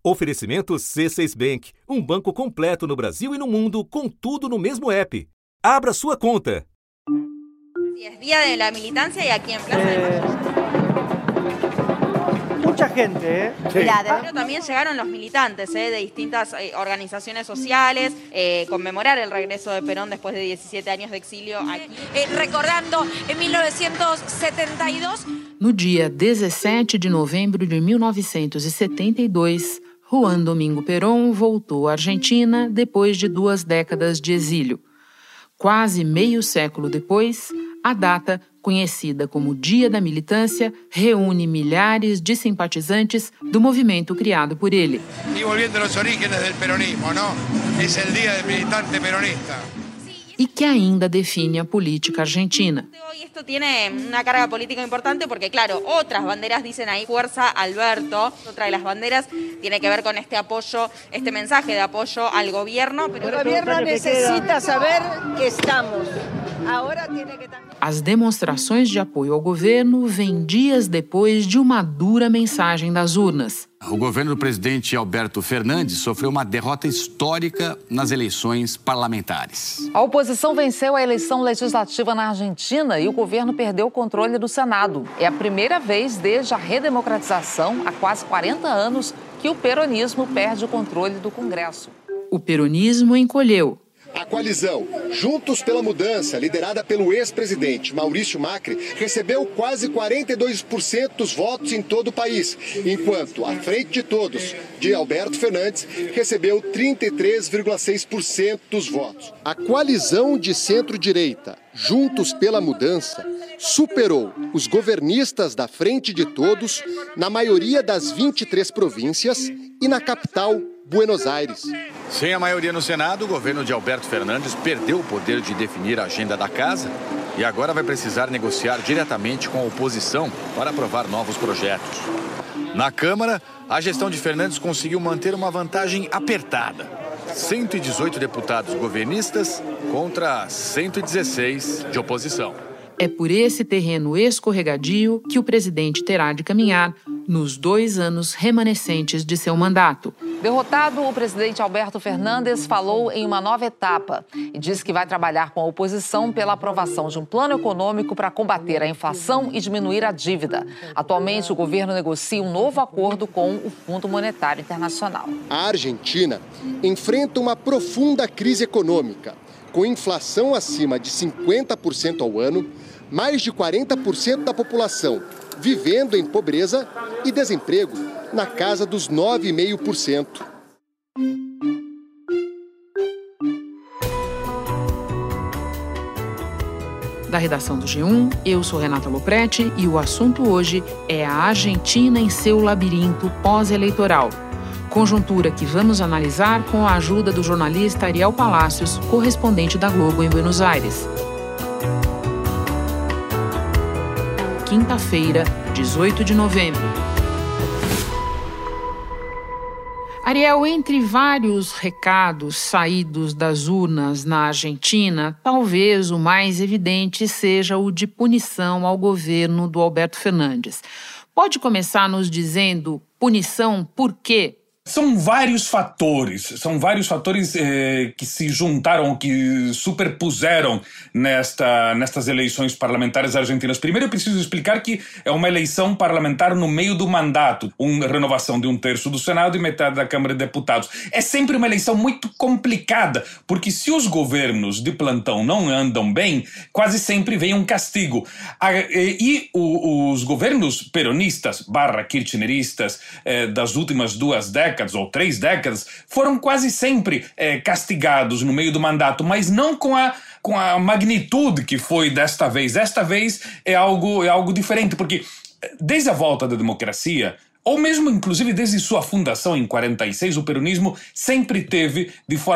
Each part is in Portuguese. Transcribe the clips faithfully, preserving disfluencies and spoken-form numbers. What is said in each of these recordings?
Oferecimento C seis Bank, um banco completo no Brasil e no mundo, com tudo no mesmo app. Abra sua conta. Es Día de la Militancia y aquí en Plaza de Mayo. Mucha gente, ¿eh? Sí. Pero también llegaron los militantes ¿eh? de distintas eh, organizaciones sociales, eh, conmemorar el regreso de Perón después de diecisiete años de exilio aquí. Eh, recordando en mil novecientos setenta y dos. No dia dezessete de novembro de mil novecentos e setenta e dois, Juan Domingo Perón voltou à Argentina depois de duas décadas de exílio. Quase meio século depois, a data, conhecida como Dia da Militância, reúne milhares de simpatizantes do movimento criado por ele. E volviendo aos orígenes do peronismo, não? É o Dia do Militante Peronista. E que ainda define a política argentina. Hoy esto tiene una carga política importante porque, claro, otras banderas dicen ahí Fuerza Alberto. Otra de las banderas tiene que ver con este apoyo, este mensaje de apoyo al gobierno. Pero el gobierno necesita saber que estamos. Agora tiene que también... As demonstrações de apoio ao governo vêm dias depois de uma dura mensagem das urnas. O governo do presidente Alberto Fernandes sofreu uma derrota histórica nas eleições parlamentares. A oposição venceu a eleição legislativa na Argentina e o governo perdeu o controle do Senado. É a primeira vez desde a redemocratização, há quase quarenta anos, que o peronismo perde o controle do Congresso. O peronismo encolheu. A coalizão Juntos pela Mudança, liderada pelo ex-presidente Maurício Macri, recebeu quase quarenta e dois por cento dos votos em todo o país, enquanto a Frente de Todos, de Alberto Fernandes, recebeu trinta e três vírgula seis por cento dos votos. A coalizão de centro-direita Juntos pela Mudança superou os governistas da Frente de Todos na maioria das vinte e três províncias e na capital, Buenos Aires. Sem a maioria no Senado, o governo de Alberto Fernandes perdeu o poder de definir a agenda da casa e agora vai precisar negociar diretamente com a oposição para aprovar novos projetos. Na Câmara, a gestão de Fernandes conseguiu manter uma vantagem apertada. cento e dezoito deputados governistas contra cento e dezesseis de oposição. É por esse terreno escorregadio que o presidente terá de caminhar nos dois anos remanescentes de seu mandato. Derrotado, o presidente Alberto Fernandes falou em uma nova etapa e disse que vai trabalhar com a oposição pela aprovação de um plano econômico para combater a inflação e diminuir a dívida. Atualmente, o governo negocia um novo acordo com o Fundo Monetário Internacional. A Argentina enfrenta uma profunda crise econômica, com inflação acima de cinquenta por cento ao ano, mais de quarenta por cento da população vivendo em pobreza e desemprego na casa dos nove vírgula cinco por cento. Da redação do G um, eu sou Renata Lopretti e o assunto hoje é a Argentina em seu labirinto pós-eleitoral. Conjuntura que vamos analisar com a ajuda do jornalista Ariel Palacios, correspondente da Globo em Buenos Aires. Quinta-feira, dezoito de novembro. Ariel, entre vários recados saídos das urnas na Argentina, talvez o mais evidente seja o de punição ao governo do Alberto Fernandes. Pode começar nos dizendo punição por quê? São vários fatores, são vários fatores eh, que se juntaram, que superpuseram nesta, nestas eleições parlamentares argentinas. Primeiro eu preciso explicar que é uma eleição parlamentar no meio do mandato, uma renovação de um terço do Senado e metade da Câmara de Deputados. É sempre uma eleição muito complicada, porque se os governos de plantão não andam bem, quase sempre vem um castigo. E os governos peronistas, barra kirchneristas, eh, das últimas duas décadas, décadas ou três décadas, foram quase sempre é, castigados no meio do mandato, mas não com a, com a magnitude que foi desta vez. Desta vez é algo, é algo diferente, porque desde a volta da democracia, ou mesmo inclusive desde sua fundação em quarenta e seis, o peronismo sempre teve de forma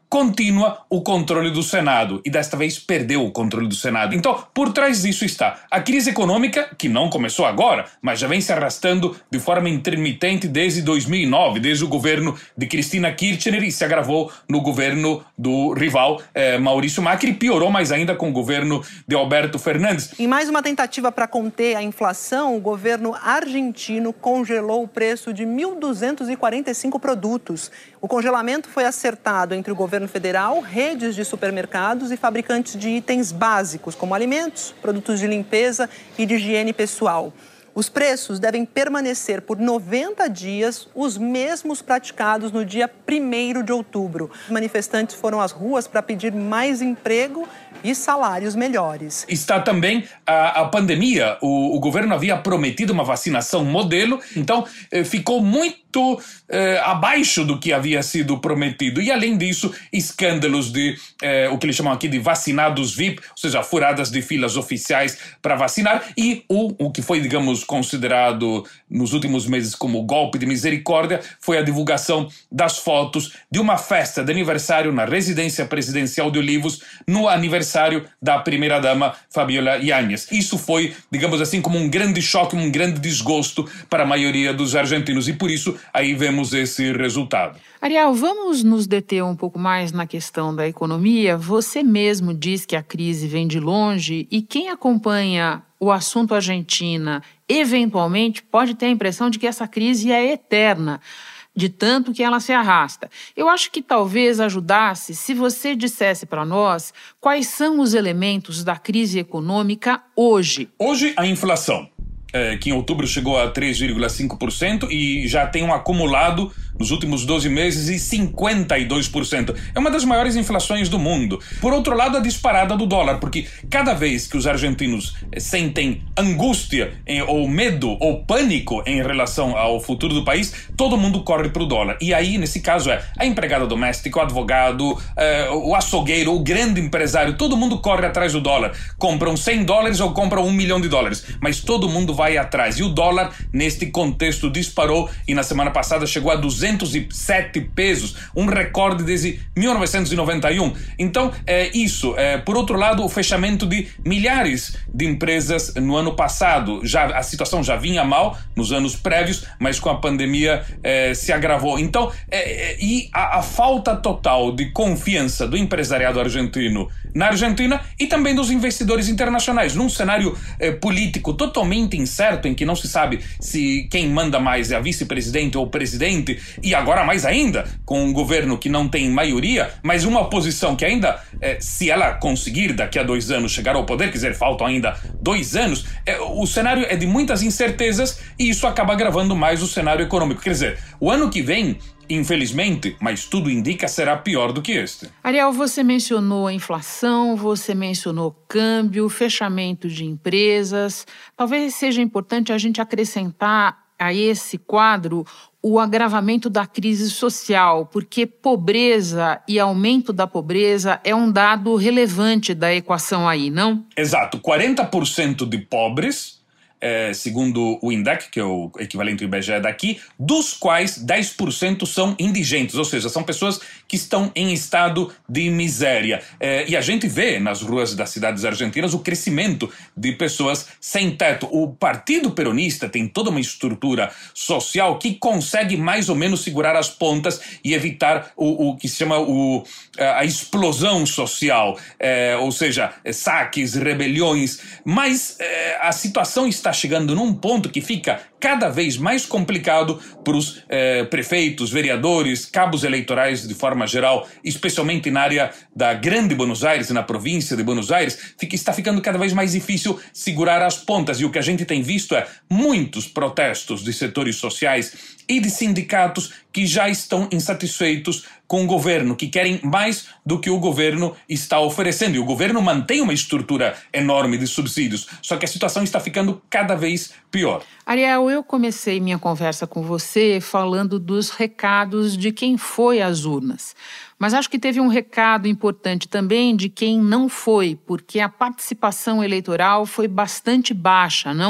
continua o controle do Senado e desta vez perdeu o controle do Senado. Então, por trás disso está a crise econômica, que não começou agora, mas já vem se arrastando de forma intermitente desde dois mil e nove, desde o governo de Cristina Kirchner, e se agravou no governo do rival eh, Maurício Macri, e piorou mais ainda com o governo de Alberto Fernandes. Em mais uma tentativa para conter a inflação, o governo argentino congelou o preço de mil duzentos e quarenta e cinco produtos. O congelamento foi acertado entre o governo federal, redes de supermercados e fabricantes de itens básicos, como alimentos, produtos de limpeza e de higiene pessoal. Os preços devem permanecer por noventa dias, os mesmos praticados no dia primeiro de outubro. Os manifestantes foram às ruas para pedir mais emprego e salários melhores. Está também a, a pandemia. O, o governo havia prometido uma vacinação modelo, então eh, ficou muito eh, abaixo do que havia sido prometido. E, além disso, escândalos de eh, o que eles chamam aqui de vacinados V I P, ou seja, furadas de filas oficiais para vacinar, e o, o que foi, digamos, considerado nos últimos meses como golpe de misericórdia foi a divulgação das fotos de uma festa de aniversário na residência presidencial de Olivos, no aniversário da primeira-dama Fabiola Yáñez. Isso foi, digamos assim, como um grande choque, um grande desgosto para a maioria dos argentinos, e por isso aí vemos esse resultado. Ariel, vamos nos deter um pouco mais na questão da economia. Você mesmo diz que a crise vem de longe, e quem acompanha o assunto Argentina, eventualmente, pode ter a impressão de que essa crise é eterna, de tanto que ela se arrasta. Eu acho que talvez ajudasse se você dissesse para nós quais são os elementos da crise econômica hoje. Hoje, a inflação, é, que em outubro chegou a três vírgula cinco por cento e já tem um acumulado nos últimos doze meses de cinquenta e dois por cento. É uma das maiores inflações do mundo. Por outro lado, a disparada do dólar, porque cada vez que os argentinos sentem angústia em, ou medo ou pânico em relação ao futuro do país, todo mundo corre para o dólar. E aí, nesse caso, é a empregada doméstica, o advogado, é, o açougueiro, o grande empresário, todo mundo corre atrás do dólar. Compram cem dólares ou compram um milhão de dólares, mas todo mundo vai atrás. E o dólar, neste contexto, disparou e na semana passada chegou a duzentos e sete pesos, um recorde desde mil novecentos e noventa e um. Então, é isso. É, por outro lado, o fechamento de milhares de empresas no ano passado. Já, a situação já vinha mal nos anos prévios, mas com a pandemia é, se agravou. Então, é, é, e a, a falta total de confiança do empresariado argentino na Argentina e também dos investidores internacionais, num cenário é, político totalmente incerto, em que não se sabe se quem manda mais é a vice-presidente ou o presidente, e agora mais ainda, com um governo que não tem maioria, mas uma oposição que ainda, é, se ela conseguir daqui a dois anos chegar ao poder, quer dizer, faltam ainda dois anos, é, o cenário é de muitas incertezas e isso acaba agravando mais o cenário econômico. Quer dizer, o ano que vem, infelizmente, mas tudo indica, será pior do que este. Ariel, você mencionou a inflação, você mencionou câmbio, fechamento de empresas. Talvez seja importante a gente acrescentar a esse quadro o agravamento da crise social, porque pobreza e aumento da pobreza é um dado relevante da equação aí, não? Exato. quarenta por cento de pobres, É, segundo o INDEC, que é o equivalente ao I B G E daqui, dos quais dez por cento são indigentes, ou seja, são pessoas que estão em estado de miséria. É, e a gente vê nas ruas das cidades argentinas o crescimento de pessoas sem teto. O Partido Peronista tem toda uma estrutura social que consegue mais ou menos segurar as pontas e evitar o, o que se chama o, a explosão social, é, ou seja, saques, rebeliões, mas é, a situação está chegando num ponto que fica cada vez mais complicado para os eh, prefeitos, vereadores, cabos eleitorais de forma geral, especialmente na área da Grande Buenos Aires, na província de Buenos Aires, fica, está ficando cada vez mais difícil segurar as pontas. E o que a gente tem visto é muitos protestos de setores sociais e de sindicatos que já estão insatisfeitos com o governo, que querem mais do que o governo está oferecendo. E o governo mantém uma estrutura enorme de subsídios, só que a situação está ficando cada vez pior. Ariel, eu comecei minha conversa com você falando dos recados de quem foi às urnas. Mas acho que teve um recado importante também de quem não foi, porque a participação eleitoral foi bastante baixa, não?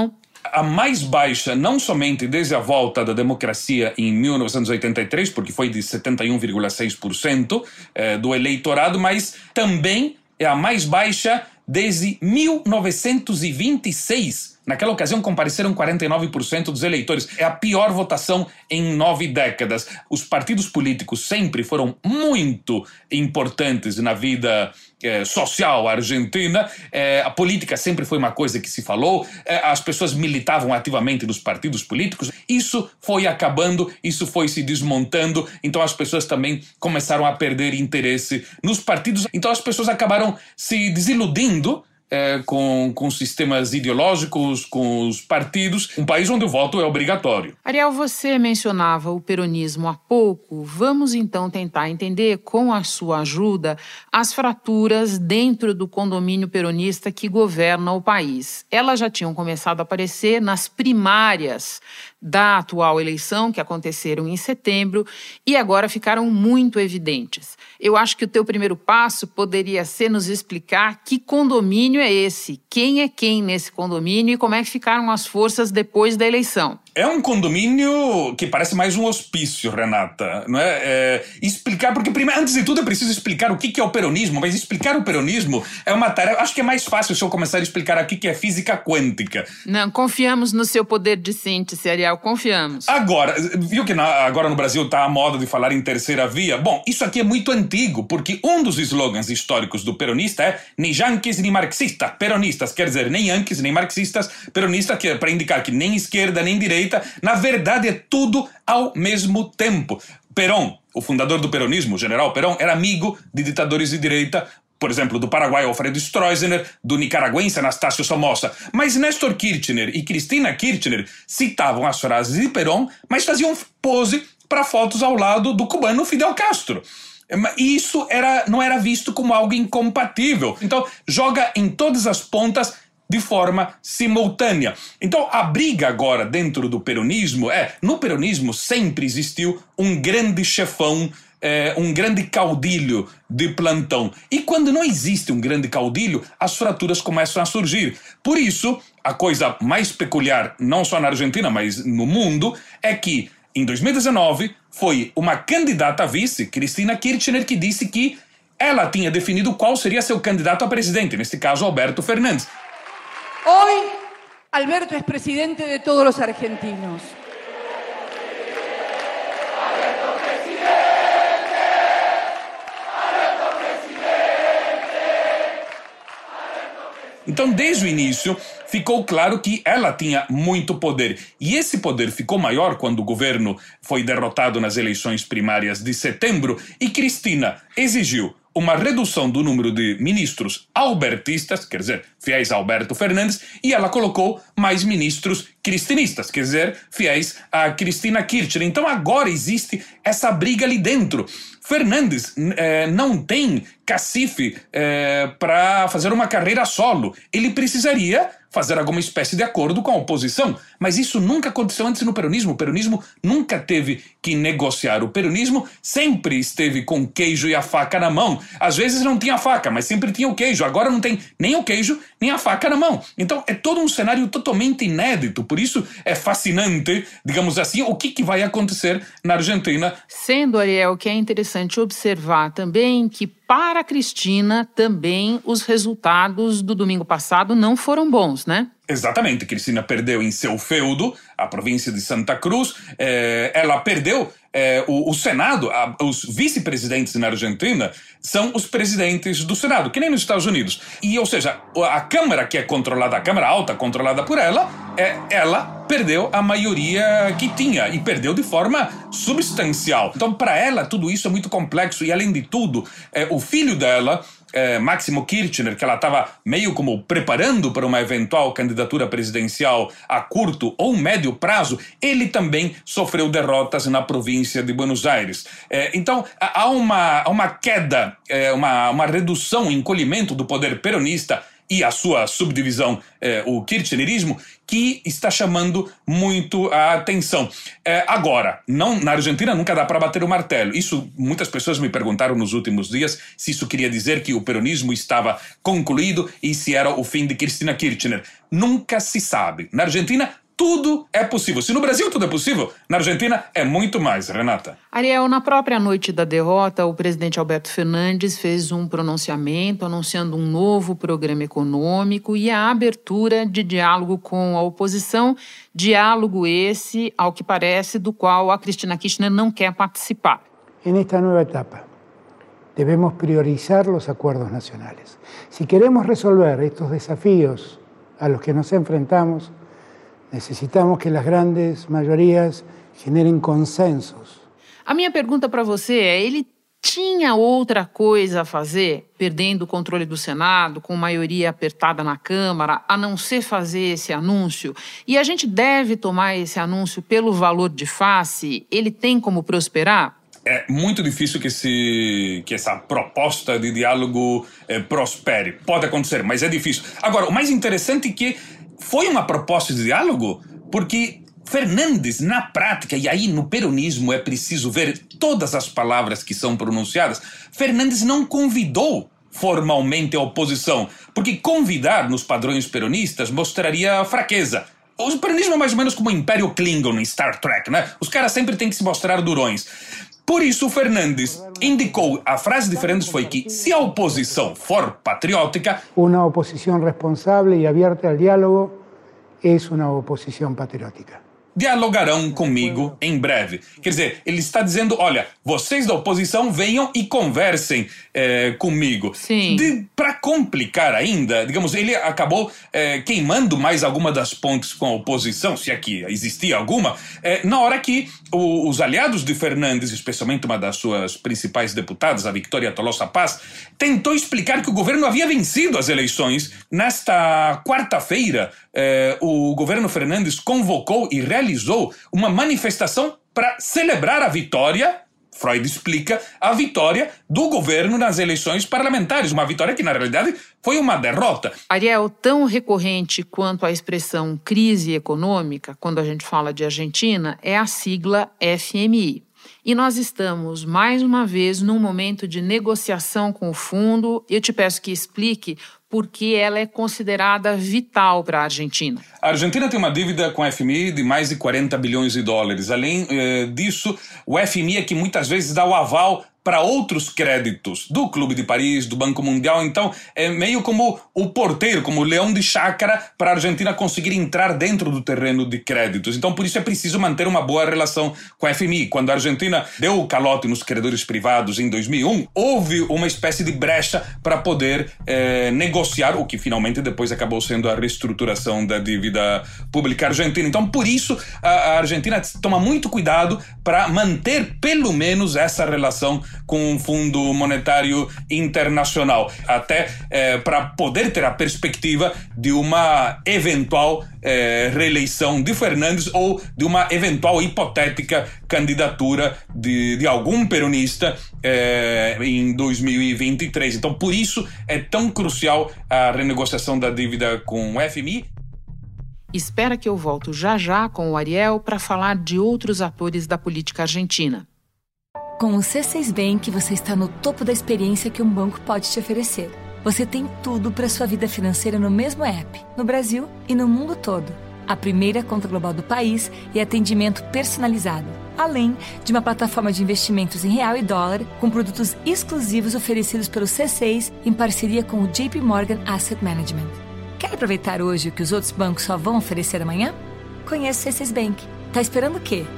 a mais baixa, não somente desde a volta da democracia em mil novecentos e oitenta e três, porque foi de setenta e um vírgula seis por cento eh, do eleitorado, mas também é a mais baixa desde mil novecentos e vinte e seis. Naquela ocasião compareceram quarenta e nove por cento dos eleitores. É a pior votação em nove décadas. Os partidos políticos sempre foram muito importantes na vida eh, social argentina. Eh, a política sempre foi uma coisa que se falou. Eh, as pessoas militavam ativamente nos partidos políticos. Isso foi acabando, isso foi se desmontando. Então as pessoas também começaram a perder interesse nos partidos. Então as pessoas acabaram se desiludindo É, com, com sistemas ideológicos, com os partidos, um país onde o voto é obrigatório. Ariel, você mencionava o peronismo há pouco. Vamos então tentar entender, com a sua ajuda, as fraturas dentro do condomínio peronista que governa o país. Elas já tinham começado a aparecer nas primárias da atual eleição, que aconteceram em setembro, e agora ficaram muito evidentes. Eu acho que o teu primeiro passo poderia ser nos explicar que condomínio é esse, quem é quem nesse condomínio e como é que ficaram as forças depois da eleição. É um condomínio que parece mais um hospício, Renata, não é? É explicar, porque primeiro, antes de tudo é preciso explicar o que é o peronismo, mas explicar o peronismo é uma tarefa, acho que é mais fácil se eu começar a explicar aqui que é física quântica. Não, confiamos no seu poder de síntese, Ariel, confiamos. Agora, viu que na, agora no Brasil está a moda de falar em terceira via? Bom, isso aqui é muito antigo, porque um dos slogans históricos do peronista é nem yanquis nem marxistas, peronistas, quer dizer, nem yanquis nem marxistas, peronistas, que é para indicar que nem esquerda nem direita. Na verdade, é tudo ao mesmo tempo. Perón, o fundador do peronismo, o general Perón, era amigo de ditadores de direita, por exemplo, do Paraguai, Alfredo Stroessner, do nicaragüense Anastácio Somoza. Mas Néstor Kirchner e Cristina Kirchner citavam as frases de Perón, mas faziam pose para fotos ao lado do cubano Fidel Castro. E isso era, não era visto como algo incompatível. Então, joga em todas as pontas de forma simultânea. Então, a briga agora dentro do peronismo é, no peronismo sempre existiu um grande chefão, é, um grande caudilho de plantão. E quando não existe um grande caudilho, as fraturas começam a surgir. Por isso, a coisa mais peculiar, não só na Argentina, mas no mundo, é que, em dois mil e dezenove, foi uma candidata a vice, Cristina Kirchner, que disse que ela tinha definido qual seria seu candidato a presidente, neste caso, Alberto Fernandes. Hoy, Alberto es presidente de todos los argentinos. Alberto presidente, Alberto presidente, Alberto presidente. Então, desde o início, ficou claro que ela tinha muito poder. E esse poder ficou maior quando o governo foi derrotado nas eleições primárias de setembro e Cristina exigiu uma redução do número de ministros albertistas, quer dizer, fiéis a Alberto Fernandes, e ela colocou mais ministros cristinistas, quer dizer, fiéis a Cristina Kirchner. Então agora existe essa briga ali dentro. Fernandes eh, não tem cacife eh, para fazer uma carreira solo. Ele precisaria fazer alguma espécie de acordo com a oposição. Mas isso nunca aconteceu antes no peronismo. O peronismo nunca teve que negociar. O peronismo sempre esteve com o queijo e a faca na mão. Às vezes não tinha faca, mas sempre tinha o queijo. Agora não tem nem o queijo, nem a faca na mão. Então é todo um cenário totalmente inédito. Por isso é fascinante, digamos assim, o que, que vai acontecer na Argentina. Sendo, Ariel, que é interessante observar também que para a Cristina também os resultados do domingo passado não foram bons, né? Exatamente, Cristina perdeu em seu feudo, a província de Santa Cruz, eh, ela perdeu eh, o, o Senado, a, os vice-presidentes na Argentina são os presidentes do Senado, que nem nos Estados Unidos. E, ou seja, a Câmara que é controlada, a Câmara Alta controlada por ela, é, ela perdeu a maioria que tinha e perdeu de forma substancial. Então, para ela, tudo isso é muito complexo e, além de tudo, eh, o filho dela, É, Máximo Kirchner, que ela estava meio como preparando para uma eventual candidatura presidencial a curto ou médio prazo, ele também sofreu derrotas na província de Buenos Aires. É, então, há uma, há uma queda, é, uma, uma redução, um encolhimento do poder peronista e a sua subdivisão, eh, o kirchnerismo, que está chamando muito a atenção. Eh, agora, não, na Argentina nunca dá para bater o martelo. Isso, muitas pessoas me perguntaram nos últimos dias se isso queria dizer que o peronismo estava concluído e se era o fim de Cristina Kirchner. Nunca se sabe. Na Argentina, tudo é possível. Se no Brasil tudo é possível, na Argentina é muito mais, Renata. Ariel, na própria noite da derrota, o presidente Alberto Fernandes fez um pronunciamento anunciando um novo programa econômico e a abertura de diálogo com a oposição, diálogo esse, ao que parece, do qual a Cristina Kirchner não quer participar. En esta nueva etapa, debemos priorizar los acuerdos nacionales. Si queremos resolver estos desafíos a los que nos enfrentamos, necesitamos que las grandes mayorías generem consensos. A minha pergunta para você é, ele tinha outra coisa a fazer, perdendo o controle do Senado, com maioria apertada na Câmara, a não ser fazer esse anúncio? E a gente deve tomar esse anúncio pelo valor de face? Ele tem como prosperar? É muito difícil que, esse, que essa proposta de diálogo eh, prospere. Pode acontecer, mas é difícil. Agora, o mais interessante é que foi uma proposta de diálogo porque Fernandes, na prática, e aí no peronismo é preciso ver todas as palavras que são pronunciadas, Fernandes não convidou formalmente a oposição, porque convidar nos padrões peronistas mostraria fraqueza. O peronismo é mais ou menos como o Império Klingon em Star Trek, né? Os caras sempre têm que se mostrar durões. Por isso, o Fernandes indicou, a frase de Fernandes foi que, se a oposição for patriótica... Uma oposição responsável e aberta ao diálogo é uma oposição patriótica. Dialogarão comigo em breve. Quer dizer, ele está dizendo, olha, vocês da oposição venham e conversem é, comigo. Sim. Para complicar ainda, digamos, ele acabou é, queimando mais alguma das pontes com a oposição, se aqui existia alguma, é, na hora que o, os aliados de Fernandes, especialmente uma das suas principais deputadas, a Victoria Tolosa Paz, tentou explicar que o governo havia vencido as eleições. Nesta quarta-feira, é, o governo Fernandes convocou e realizou realizou uma manifestação para celebrar a vitória, Freud explica, a vitória do governo nas eleições parlamentares, uma vitória que na realidade foi uma derrota. Ariel, tão recorrente quanto a expressão crise econômica, quando a gente fala de Argentina, é a sigla F M I. E nós estamos, mais uma vez, num momento de negociação com o fundo. Eu te peço que explique por que ela é considerada vital para a Argentina. A Argentina tem uma dívida com a F M I de mais de quarenta bilhões de dólares. Além eh, disso, o F M I é que muitas vezes dá o aval para outros créditos do Clube de Paris, do Banco Mundial. Então, é meio como o porteiro, como o leão de chácara para a Argentina conseguir entrar dentro do terreno de créditos. Então, por isso é preciso manter uma boa relação com a F M I. Quando a Argentina deu o calote nos credores privados em dois mil e um, houve uma espécie de brecha para poder eh, negociar o que finalmente depois acabou sendo a reestruturação da dívida pública argentina. Então, por isso, a, a Argentina toma muito cuidado para manter pelo menos essa relação com o Fundo Monetário Internacional, até eh, para poder ter a perspectiva de uma eventual eh, reeleição de Fernandes ou de uma eventual hipotética candidatura de, de algum peronista eh, em dois mil e vinte e três. Então, por isso é tão crucial a renegociação da dívida com o F M I. Espera que eu volto já já com o Ariel para falar de outros atores da política argentina. Com o C seis Bank, você está no topo da experiência que um banco pode te oferecer. Você tem tudo para sua vida financeira no mesmo app, no Brasil e no mundo todo. A primeira conta global do país e atendimento personalizado. Além de uma plataforma de investimentos em real e dólar, com produtos exclusivos oferecidos pelo C seis em parceria com o J P Morgan Asset Management. Quer aproveitar hoje o que os outros bancos só vão oferecer amanhã? Conheça o C seis Bank. Tá esperando o quê?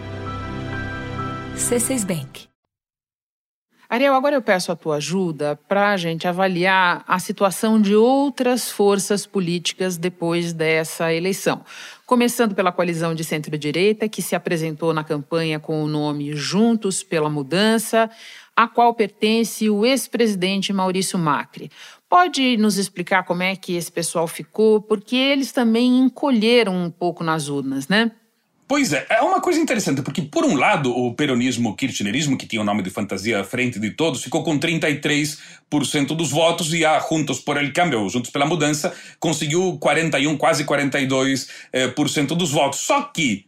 C seis Bank. Ariel, agora eu peço a tua ajuda para a gente avaliar a situação de outras forças políticas depois dessa eleição. Começando pela coalizão de centro-direita, que se apresentou na campanha com o nome Juntos pela Mudança, a qual pertence o ex-presidente Maurício Macri. Pode nos explicar como é que esse pessoal ficou? Porque eles também encolheram um pouco nas urnas, né? Pois é, é uma coisa interessante, porque por um lado o peronismo kirchnerismo, que tinha o nome de fantasia à frente de todos, ficou com trinta e três por cento dos votos e a Juntos por el Cambio, Juntos pela Mudança, conseguiu quarenta e um, quase quarenta e dois por cento dos votos. Só que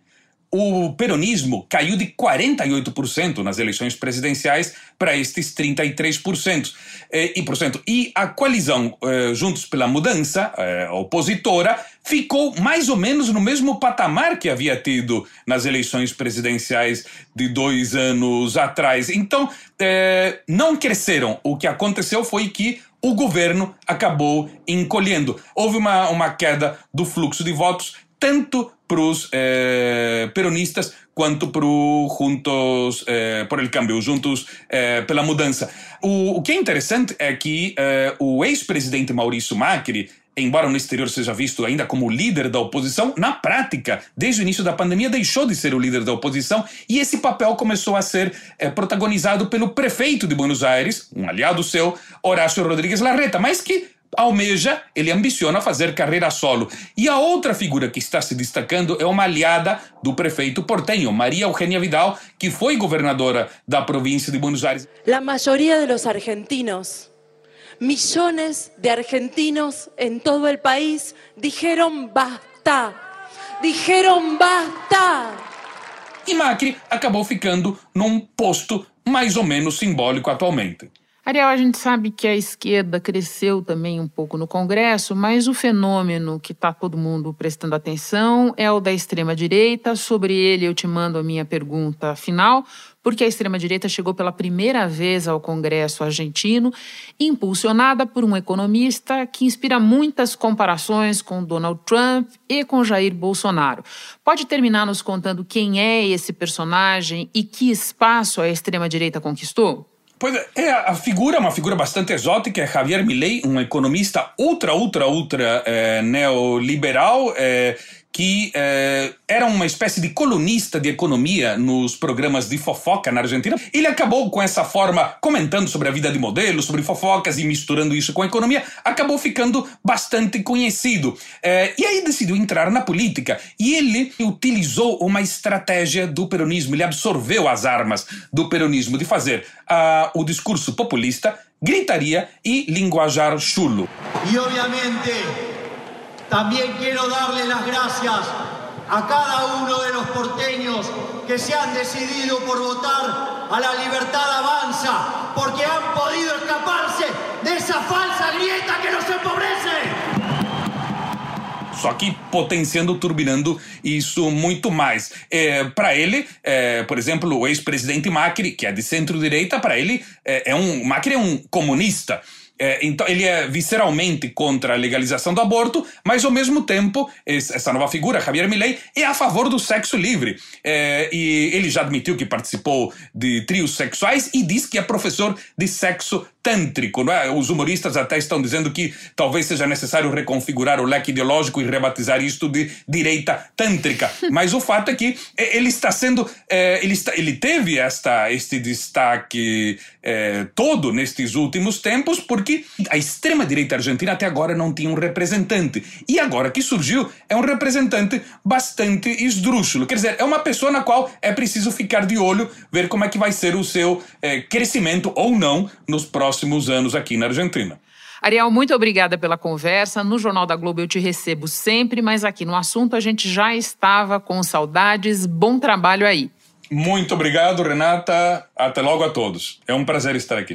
o peronismo caiu de quarenta e oito por cento nas eleições presidenciais para estes trinta e três por cento. E, e, por cento. e a coalizão eh, Juntos pela Mudança, eh, opositora, ficou mais ou menos no mesmo patamar que havia tido nas eleições presidenciais de dois anos atrás. Então, eh, não cresceram. O que aconteceu foi que o governo acabou encolhendo. Houve uma, uma queda do fluxo de votos, tanto para os eh, peronistas quanto para o Juntos eh, por el Cambio, Juntos eh, pela Mudança. O, o que é interessante é que eh, o ex-presidente Maurício Macri, embora no exterior seja visto ainda como líder da oposição, na prática, desde o início da pandemia, deixou de ser o líder da oposição e esse papel começou a ser eh, protagonizado pelo prefeito de Buenos Aires, um aliado seu, Horácio Rodrigues Larreta, mas que almeja, ele ambiciona fazer carreira solo. E a outra figura que está se destacando é uma aliada do prefeito porteño, María Eugenia Vidal, que foi governadora da província de Buenos Aires. La mayoría de los argentinos, millones de argentinos en todo el país, dijeron basta, dijeron basta. E Macri acabou ficando num posto mais ou menos simbólico atualmente. Ariel, a gente sabe que a esquerda cresceu também um pouco no Congresso, mas o fenômeno que está todo mundo prestando atenção é o da extrema-direita. Sobre ele eu te mando a minha pergunta final, porque a extrema-direita chegou pela primeira vez ao Congresso argentino, impulsionada por um economista que inspira muitas comparações com Donald Trump e com Jair Bolsonaro. Pode terminar nos contando quem é esse personagem e que espaço a extrema-direita conquistou? Pois é, a figura, uma figura bastante exótica, é Javier Milei, um economista ultra, ultra, ultra eh, neoliberal, eh, que eh, era uma espécie de colunista de economia nos programas de fofoca na Argentina. Ele acabou com essa forma, comentando sobre a vida de modelo, sobre fofocas e misturando isso com a economia, acabou ficando bastante conhecido. Eh, e aí decidiu entrar na política. E ele utilizou uma estratégia do peronismo, ele absorveu as armas do peronismo de fazer uh, o discurso populista, gritaria e linguajar chulo. E obviamente también quiero darle las gracias a cada uno de los porteños que se han decidido por votar a la Libertad Avanza, porque han podido escaparse de esa falsa grieta que nos empobrece. Só que potenciando, turbinando isso muito mais. É, para ele, é, por exemplo, o ex-presidente Macri, que é de centro-direita, para ele, é, é um, Macri é um comunista. É, então ele é visceralmente contra a legalização do aborto, mas ao mesmo tempo essa nova figura, Javier Milei, é a favor do sexo livre. É, e ele já admitiu que participou de trios sexuais e diz que é professor de sexo tântrico. Não é? Os humoristas até estão dizendo que talvez seja necessário reconfigurar o leque ideológico e rebatizar isto de direita tântrica. Mas o fato é que ele está sendo, é, ele, está, ele teve esta, este destaque é, todo nestes últimos tempos porque a extrema-direita argentina até agora não tinha um representante. E agora que surgiu, é um representante bastante esdrúxulo. Quer dizer, é uma pessoa na qual é preciso ficar de olho, ver como é que vai ser o seu é, crescimento ou não nos próximos anos aqui na Argentina. Ariel, muito obrigada pela conversa. No Jornal da Globo eu te recebo sempre, mas aqui no assunto a gente já estava com saudades. Bom trabalho aí. Muito obrigado, Renata. Até logo a todos. É um prazer estar aqui.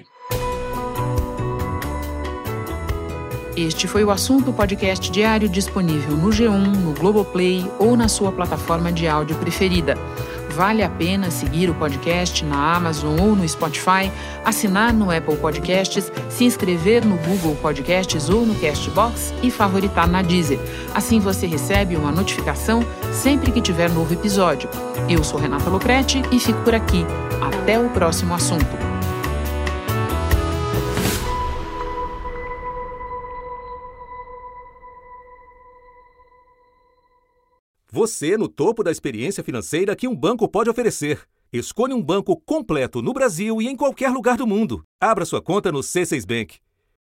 Este foi o Assunto, podcast diário disponível no G um, no Globoplay ou na sua plataforma de áudio preferida. Vale a pena seguir o podcast na Amazon ou no Spotify, assinar no Apple Podcasts, se inscrever no Google Podcasts ou no Castbox e favoritar na Deezer. Assim você recebe uma notificação sempre que tiver novo episódio. Eu sou Renata Loprete e fico por aqui. Até o próximo assunto. Você no topo da experiência financeira que um banco pode oferecer. Escolha um banco completo no Brasil e em qualquer lugar do mundo. Abra sua conta no C seis Bank.